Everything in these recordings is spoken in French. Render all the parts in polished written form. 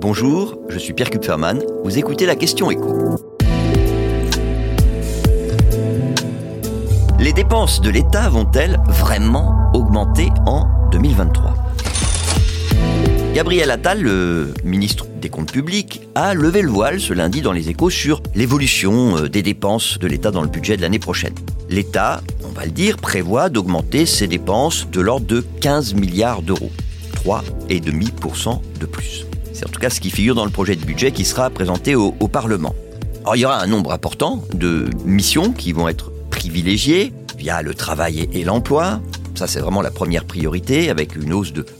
Bonjour, je suis Pierre Kupferman, vous écoutez la question écho. Les dépenses de l'État vont-elles vraiment augmenter en 2023 ? Gabriel Attal, le ministre des Comptes publics, a levé le voile ce lundi dans les Échos sur l'évolution des dépenses de l'État dans le budget de l'année prochaine. L'État, on va le dire, prévoit d'augmenter ses dépenses de l'ordre de 15 milliards d'euros, 3,5% de plus. C'est en tout cas ce qui figure dans le projet de budget qui sera présenté au Parlement. Alors, il y aura un nombre important de missions qui vont être privilégiées via le travail et l'emploi. Ça, c'est vraiment la première priorité, avec une hausse de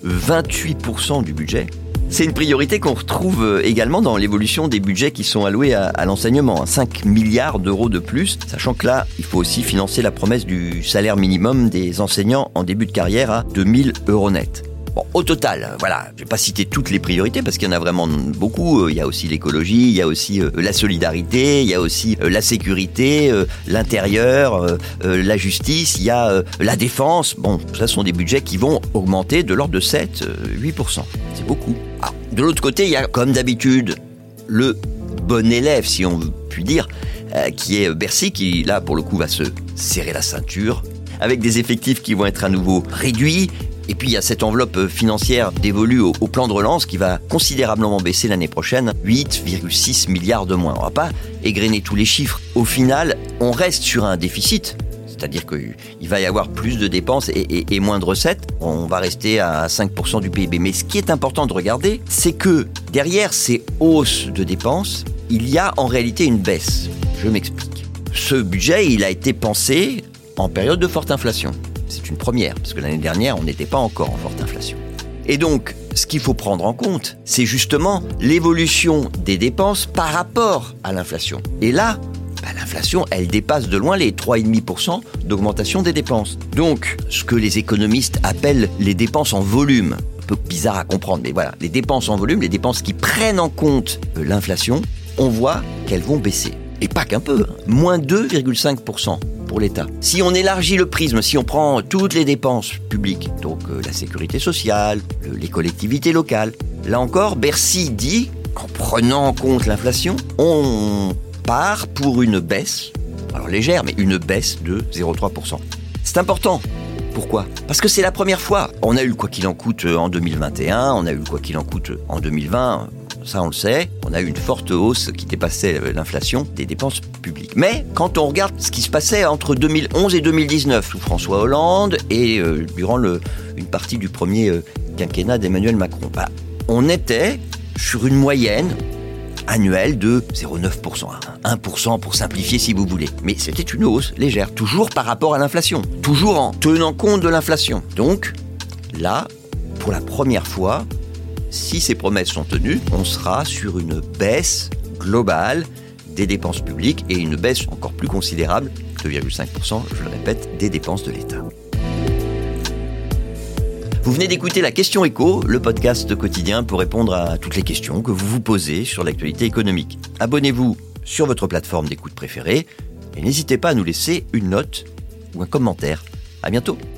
28% du budget. C'est une priorité qu'on retrouve également dans l'évolution des budgets qui sont alloués à l'enseignement. 5 milliards d'euros de plus, sachant que là, il faut aussi financer la promesse du salaire minimum des enseignants en début de carrière à 2 000 euros net. Bon, au total, voilà, je vais pas citer toutes les priorités parce qu'il y en a vraiment beaucoup. Il y a aussi l'écologie, il y a aussi la solidarité, il y a aussi la sécurité, l'intérieur, la justice, il y a la défense. Bon, ça sont des budgets qui vont augmenter de l'ordre de 7-8%. C'est beaucoup. Alors, de l'autre côté, il y a comme d'habitude le bon élève, si on peut dire, qui est Bercy, qui là pour le coup va se serrer la ceinture avec des effectifs qui vont être à nouveau réduits. Et puis il y a cette enveloppe financière dévolue au plan de relance qui va considérablement baisser l'année prochaine, 8,6 milliards de moins. On ne va pas égrener tous les chiffres. Au final, on reste sur un déficit, c'est-à-dire qu'il va y avoir plus de dépenses et moins de recettes. On va rester à 5% du PIB. Mais ce qui est important de regarder, c'est que derrière ces hausses de dépenses, il y a en réalité une baisse. Je m'explique. Ce budget, il a été pensé en période de forte inflation. C'est une première, parce que l'année dernière, on n'était pas encore en forte inflation. Et donc, ce qu'il faut prendre en compte, c'est justement l'évolution des dépenses par rapport à l'inflation. Et là, l'inflation, elle dépasse de loin les 3,5% d'augmentation des dépenses. Donc, ce que les économistes appellent les dépenses en volume, un peu bizarre à comprendre, mais voilà, les dépenses en volume, les dépenses qui prennent en compte l'inflation, on voit qu'elles vont baisser. Et pas qu'un peu, moins 2,5%. Pour l'État. Si on élargit le prisme, si on prend toutes les dépenses publiques, donc la sécurité sociale, les collectivités locales, là encore, Bercy dit qu'en prenant en compte l'inflation, on part pour une baisse, alors légère, mais une baisse de 0,3%. C'est important. Pourquoi ? Parce que c'est la première fois. On a eu le quoi qu'il en coûte en 2021, on a eu le quoi qu'il en coûte en 2020, ça on le sait. On a eu une forte hausse qui dépassait l'inflation des dépenses publiques. Mais quand on regarde ce qui se passait entre 2011 et 2019, sous François Hollande et durant une partie du premier quinquennat d'Emmanuel Macron, on était sur une moyenne annuelle de 0,9%, 1% pour simplifier si vous voulez. Mais c'était une hausse légère, toujours par rapport à l'inflation, toujours en tenant compte de l'inflation. Donc là, pour la première fois, si ces promesses sont tenues, on sera sur une baisse globale des dépenses publiques et une baisse encore plus considérable, 2,5%, je le répète, des dépenses de l'État. Vous venez d'écouter la question écho, le podcast quotidien pour répondre à toutes les questions que vous vous posez sur l'actualité économique. Abonnez-vous sur votre plateforme d'écoute préférée et n'hésitez pas à nous laisser une note ou un commentaire. À bientôt.